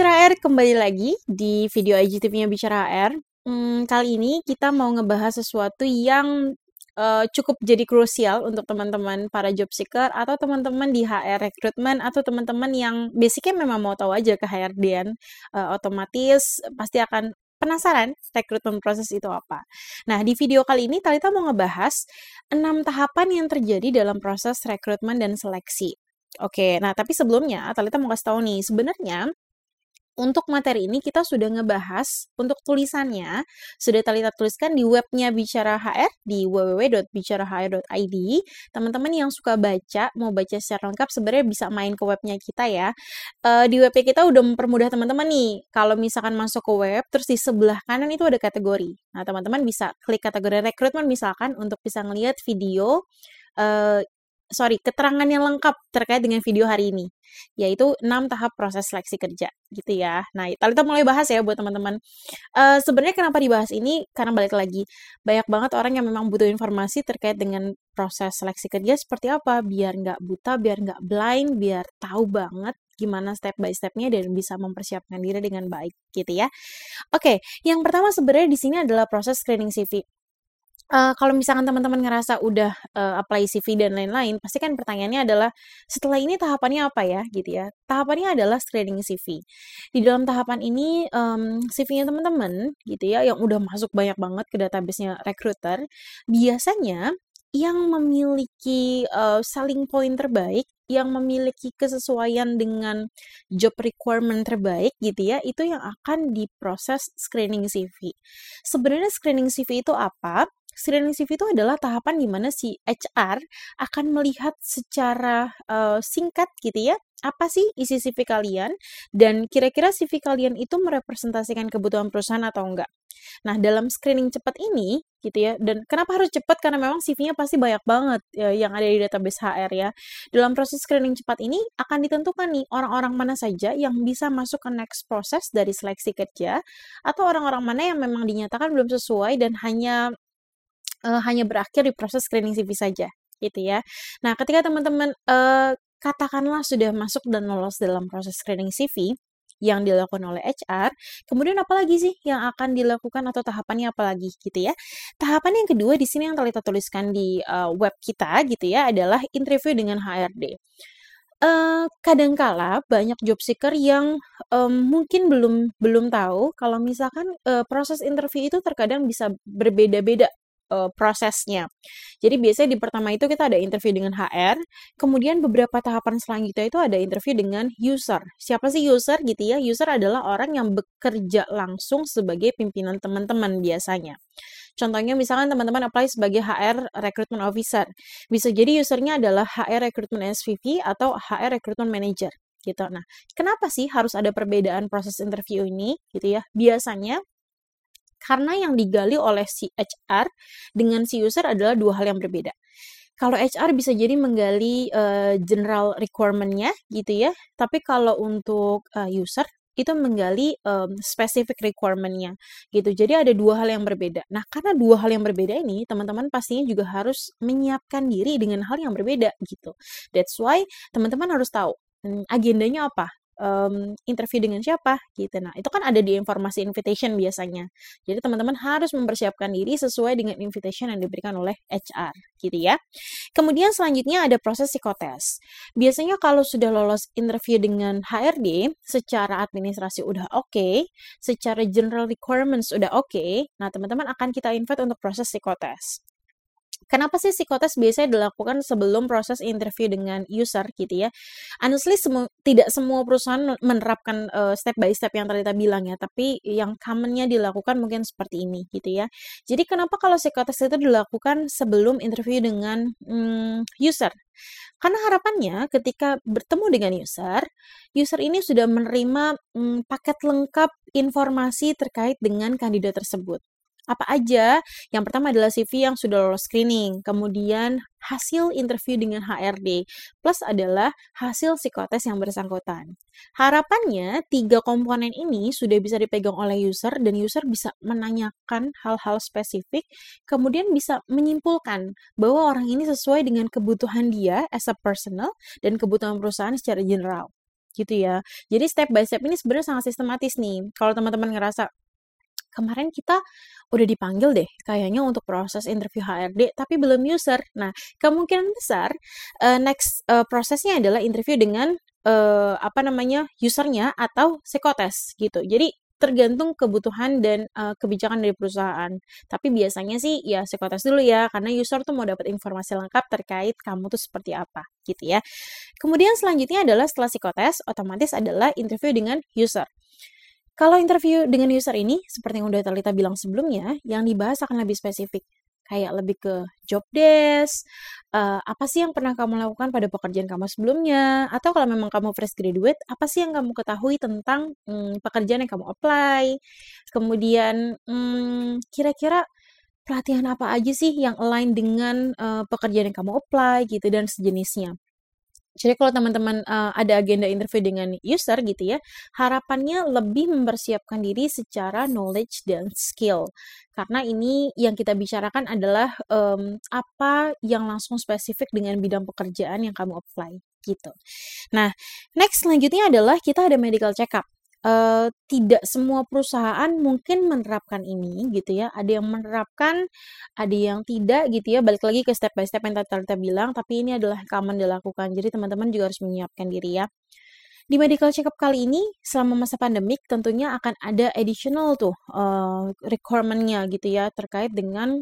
Bicara HR kembali lagi di video IGTV-nya Bicara HR. Kali ini kita mau ngebahas sesuatu yang cukup jadi krusial untuk teman-teman para job seeker atau teman-teman di HR recruitment atau teman-teman yang basicnya memang mau tahu aja ke HRD-an. Otomatis pasti akan penasaran rekrutmen proses itu apa. Nah, di video kali ini Talita mau ngebahas 6 tahapan yang terjadi dalam proses rekrutmen dan seleksi. Oke, nah tapi sebelumnya Talita mau kasih tahu nih, sebenarnya untuk materi ini kita sudah ngebahas untuk tulisannya, sudah Talita tuliskan di webnya Bicara HR di www.bicarahr.id. Teman-teman yang suka baca, mau baca secara lengkap sebenarnya bisa main ke webnya kita ya. Di webnya kita udah mempermudah teman-teman nih. Kalau misalkan masuk ke web, terus di sebelah kanan itu ada kategori. Nah, teman-teman bisa klik kategori rekrutmen misalkan untuk bisa ngelihat video keterangan yang lengkap terkait dengan video hari ini, yaitu 6 tahap proses seleksi kerja, gitu ya. Nah, Talita mulai bahas ya buat teman-teman. Sebenarnya kenapa dibahas ini? Karena balik lagi, banyak banget orang yang memang butuh informasi terkait dengan proses seleksi kerja seperti apa, biar nggak buta, biar nggak blind, biar tahu banget gimana step by step-nya dan bisa mempersiapkan diri dengan baik, gitu ya. Oke, yang pertama sebenarnya di sini adalah proses screening CV. Kalau misalkan teman-teman ngerasa udah apply CV dan lain-lain, pasti kan pertanyaannya adalah, setelah ini tahapannya apa ya, gitu ya. Tahapannya adalah screening CV. Di dalam tahapan ini, CV-nya teman-teman, gitu ya, yang udah masuk banyak banget ke database-nya recruiter, biasanya yang memiliki selling point terbaik, yang memiliki kesesuaian dengan job requirement terbaik, gitu ya, itu yang akan diproses screening CV. Sebenarnya screening CV itu apa? Screening CV itu adalah tahapan di mana si HR akan melihat secara singkat gitu ya, apa sih isi CV kalian dan kira-kira CV kalian itu merepresentasikan kebutuhan perusahaan atau enggak. Nah, dalam screening cepat ini gitu ya, dan kenapa harus cepat? Karena memang CV-nya pasti banyak banget yang ada di database HR ya. Dalam proses screening cepat ini akan ditentukan nih orang-orang mana saja yang bisa masuk ke next proses dari seleksi kerja atau orang-orang mana yang memang dinyatakan belum sesuai dan hanya berakhir di proses screening CV saja, gitu ya. Nah, ketika teman-teman katakanlah sudah masuk dan lolos dalam proses screening CV yang dilakukan oleh HR, kemudian apa lagi sih yang akan dilakukan atau tahapannya apa lagi, gitu ya. Tahapan yang kedua di sini yang Talita tuliskan di web kita, gitu ya, adalah interview dengan HRD. Kadangkala banyak job seeker yang mungkin belum tahu kalau misalkan proses interview itu terkadang bisa berbeda-beda prosesnya. Jadi biasanya di pertama itu kita ada interview dengan HR, kemudian beberapa tahapan selanjutnya itu ada interview dengan user. Siapa sih user gitu ya? User adalah orang yang bekerja langsung sebagai pimpinan teman-teman biasanya. Contohnya misalkan teman-teman apply sebagai HR Recruitment Officer. Bisa jadi usernya adalah HR Recruitment SVP atau HR Recruitment Manager gitu. Nah, kenapa sih harus ada perbedaan proses interview ini gitu ya? Biasanya karena yang digali oleh si HR dengan si user adalah dua hal yang berbeda. Kalau HR bisa jadi menggali general requirement-nya gitu ya, tapi kalau untuk user itu menggali specific requirement-nya gitu. Jadi ada dua hal yang berbeda. Nah, karena dua hal yang berbeda ini, teman-teman pastinya juga harus menyiapkan diri dengan hal yang berbeda gitu. That's why teman-teman harus tahu agendanya apa. Interview dengan siapa gitu. Nah, itu kan ada di informasi invitation biasanya. Jadi teman-teman harus mempersiapkan diri sesuai dengan invitation yang diberikan oleh HR gitu ya. Kemudian selanjutnya ada proses psikotes. Biasanya kalau sudah lolos interview dengan HRD, secara administrasi udah oke, secara general requirements udah oke, nah teman-teman akan kita invite untuk proses psikotes. Kenapa sih psikotes biasanya dilakukan sebelum proses interview dengan user gitu ya? Honestly, tidak semua perusahaan menerapkan step by step yang Talita bilang ya, tapi yang commonnya dilakukan mungkin seperti ini gitu ya. Jadi kenapa kalau psikotes itu dilakukan sebelum interview dengan user? Karena harapannya ketika bertemu dengan user ini sudah menerima paket lengkap informasi terkait dengan kandidat tersebut. Apa aja? Yang pertama adalah CV yang sudah lolos screening, kemudian hasil interview dengan HRD, plus adalah hasil psikotes yang bersangkutan. Harapannya, 3 komponen ini sudah bisa dipegang oleh user dan user bisa menanyakan hal-hal spesifik, kemudian bisa menyimpulkan bahwa orang ini sesuai dengan kebutuhan dia as a personal dan kebutuhan perusahaan secara general. gitu ya. Jadi step by step ini sebenarnya sangat sistematis nih. Kalau teman-teman ngerasa kemarin kita udah dipanggil deh kayaknya untuk proses interview HRD tapi belum user. Nah, kemungkinan besar prosesnya adalah interview dengan usernya atau psikotes gitu. Jadi tergantung kebutuhan dan kebijakan dari perusahaan. Tapi biasanya sih ya psikotes dulu ya, karena user tuh mau dapat informasi lengkap terkait kamu tuh seperti apa gitu ya. Kemudian selanjutnya adalah setelah psikotes, otomatis adalah interview dengan user. Kalau interview dengan user ini, seperti yang udah Talita bilang sebelumnya, yang dibahas akan lebih spesifik. Kayak lebih ke job desk, apa sih yang pernah kamu lakukan pada pekerjaan kamu sebelumnya, atau kalau memang kamu fresh graduate, apa sih yang kamu ketahui tentang pekerjaan yang kamu apply. Kemudian, kira-kira pelatihan apa aja sih yang align dengan pekerjaan yang kamu apply gitu dan sejenisnya. Jadi kalau teman-teman ada agenda interview dengan user gitu ya, harapannya lebih mempersiapkan diri secara knowledge dan skill. Karena ini yang kita bicarakan adalah apa yang langsung spesifik dengan bidang pekerjaan yang kamu apply gitu. Nah, next selanjutnya adalah kita ada medical check-up. Tidak semua perusahaan mungkin menerapkan ini gitu ya. Ada yang menerapkan, ada yang tidak gitu ya. Balik lagi ke step by step yang tadi kita bilang, tapi ini adalah common dilakukan. Jadi teman-teman juga harus menyiapkan diri ya. Di medical check-up kali ini, selama masa pandemik tentunya akan ada additional tuh requirement-nya gitu ya terkait dengan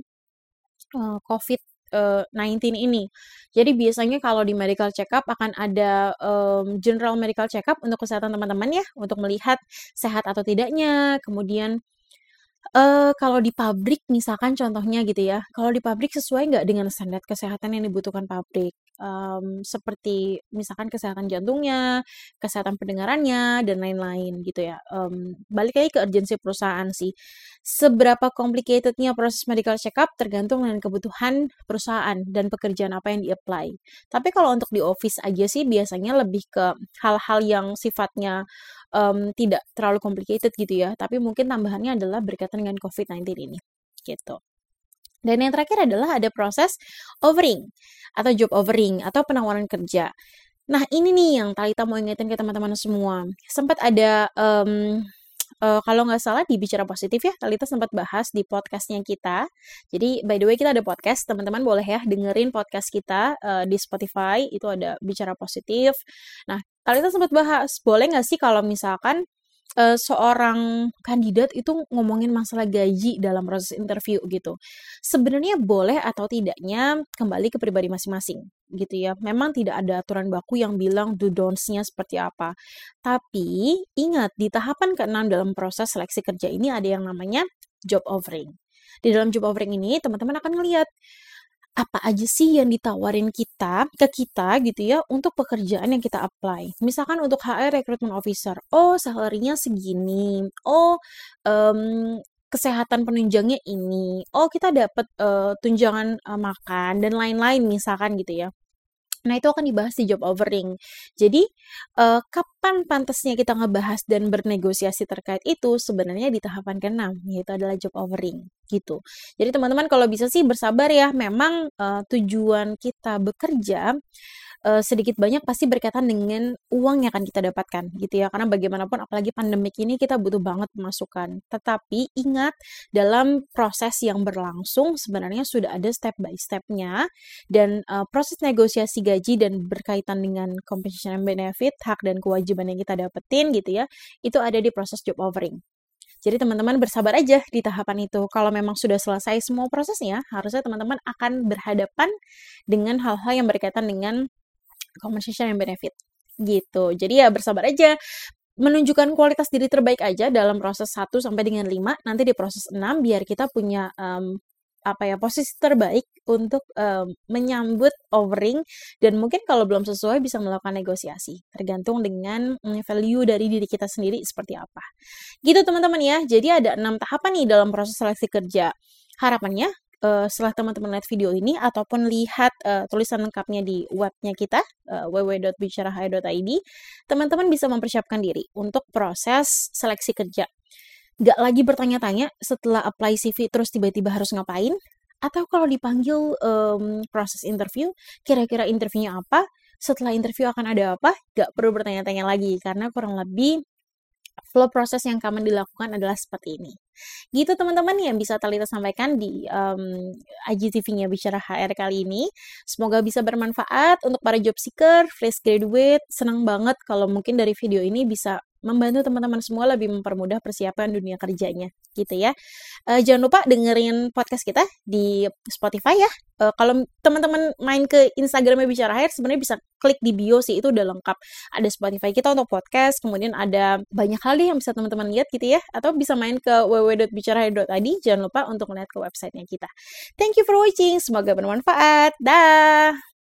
COVID-19 ini. Jadi biasanya kalau di medical check-up akan ada general medical check-up untuk kesehatan teman-teman ya, untuk melihat sehat atau tidaknya. Kemudian kalau di pabrik misalkan contohnya gitu ya, kalau di pabrik sesuai nggak dengan standar kesehatan yang dibutuhkan pabrik? Seperti misalkan kesehatan jantungnya, kesehatan pendengarannya, dan lain-lain gitu ya. Balik lagi ke urgensi perusahaan sih. Seberapa complicated-nya proses medical check-up tergantung dengan kebutuhan perusahaan dan pekerjaan apa yang di-apply. Tapi kalau untuk di office aja sih biasanya lebih ke hal-hal yang sifatnya tidak terlalu complicated gitu ya, tapi mungkin tambahannya adalah berkaitan dengan COVID-19 ini, gitu. Dan yang terakhir adalah ada proses offering atau job offering atau penawaran kerja. Nah, ini nih yang Talita mau ingetin ke teman-teman semua. Sempat ada kalau nggak salah di Bicara Positif ya, Talita sempat bahas di podcastnya kita. Jadi, by the way, kita ada podcast. Teman-teman boleh ya dengerin podcast kita di Spotify. Itu ada Bicara Positif. Nah, Talita sempat bahas, boleh nggak sih kalau misalkan seorang kandidat itu ngomongin masalah gaji dalam proses interview gitu. Sebenarnya boleh atau tidaknya kembali ke pribadi masing-masing gitu ya. Memang tidak ada aturan baku yang bilang do don'ts-nya seperti apa. Tapi ingat di tahapan ke-6 dalam proses seleksi kerja ini ada yang namanya job offering. Di dalam job offering ini teman-teman akan ngelihat apa aja sih yang ditawarin ke kita gitu ya untuk pekerjaan yang kita apply. Misalkan untuk HR recruitment officer, oh salary-nya segini, oh kesehatan penunjangnya ini, oh kita dapat tunjangan makan dan lain-lain misalkan gitu ya. Nah, itu akan dibahas di job offering. Jadi, kapan pantasnya kita ngebahas dan bernegosiasi terkait itu sebenarnya di tahapan ke-6, yaitu adalah job offering, gitu. Jadi teman-teman kalau bisa sih bersabar ya, memang tujuan kita bekerja sedikit banyak pasti berkaitan dengan uang yang akan kita dapatkan gitu ya, karena bagaimanapun apalagi pandemik ini kita butuh banget pemasukan. Tetapi ingat dalam proses yang berlangsung sebenarnya sudah ada step by step-nya dan proses negosiasi gaji dan berkaitan dengan compensation and benefit, hak dan kewajiban yang kita dapetin gitu ya, itu ada di proses job offering. Jadi teman-teman bersabar aja di tahapan itu. Kalau memang sudah selesai semua prosesnya, harusnya teman-teman akan berhadapan dengan hal-hal yang berkaitan dengan compensation and benefit gitu. Jadi ya bersabar aja. Menunjukkan kualitas diri terbaik aja dalam proses 1 sampai dengan 5, nanti di proses 6 biar kita punya posisi terbaik untuk menyambut offering dan mungkin kalau belum sesuai bisa melakukan negosiasi tergantung dengan value dari diri kita sendiri seperti apa. Gitu teman-teman ya. Jadi ada 6 tahapan nih dalam proses seleksi kerja. Harapannya setelah teman-teman lihat video ini ataupun lihat tulisan lengkapnya di webnya kita www.bicarahi.id, teman-teman bisa mempersiapkan diri untuk proses seleksi kerja. Gak lagi bertanya-tanya setelah apply CV terus tiba-tiba harus ngapain, atau kalau dipanggil proses interview, kira-kira interviewnya apa, setelah interview akan ada apa, gak perlu bertanya-tanya lagi, karena kurang lebih flow proses yang common dilakukan adalah seperti ini. Gitu teman-teman yang bisa Talita sampaikan di IGTV-nya Bicara HR kali ini. Semoga bisa bermanfaat untuk para job seeker, fresh graduate. Senang banget kalau mungkin dari video ini bisa membantu teman-teman semua lebih mempermudah persiapan dunia kerjanya, gitu ya. Jangan lupa dengerin podcast kita di Spotify ya. Kalau teman-teman main ke Instagramnya Bicara HR, sebenarnya bisa klik di bio sih, itu udah lengkap. Ada Spotify kita untuk podcast, kemudian ada banyak hal yang bisa teman-teman lihat gitu ya. Atau bisa main ke www.bicarahr.id, jangan lupa untuk melihat ke websitenya kita. Thank you for watching, semoga bermanfaat. Dah!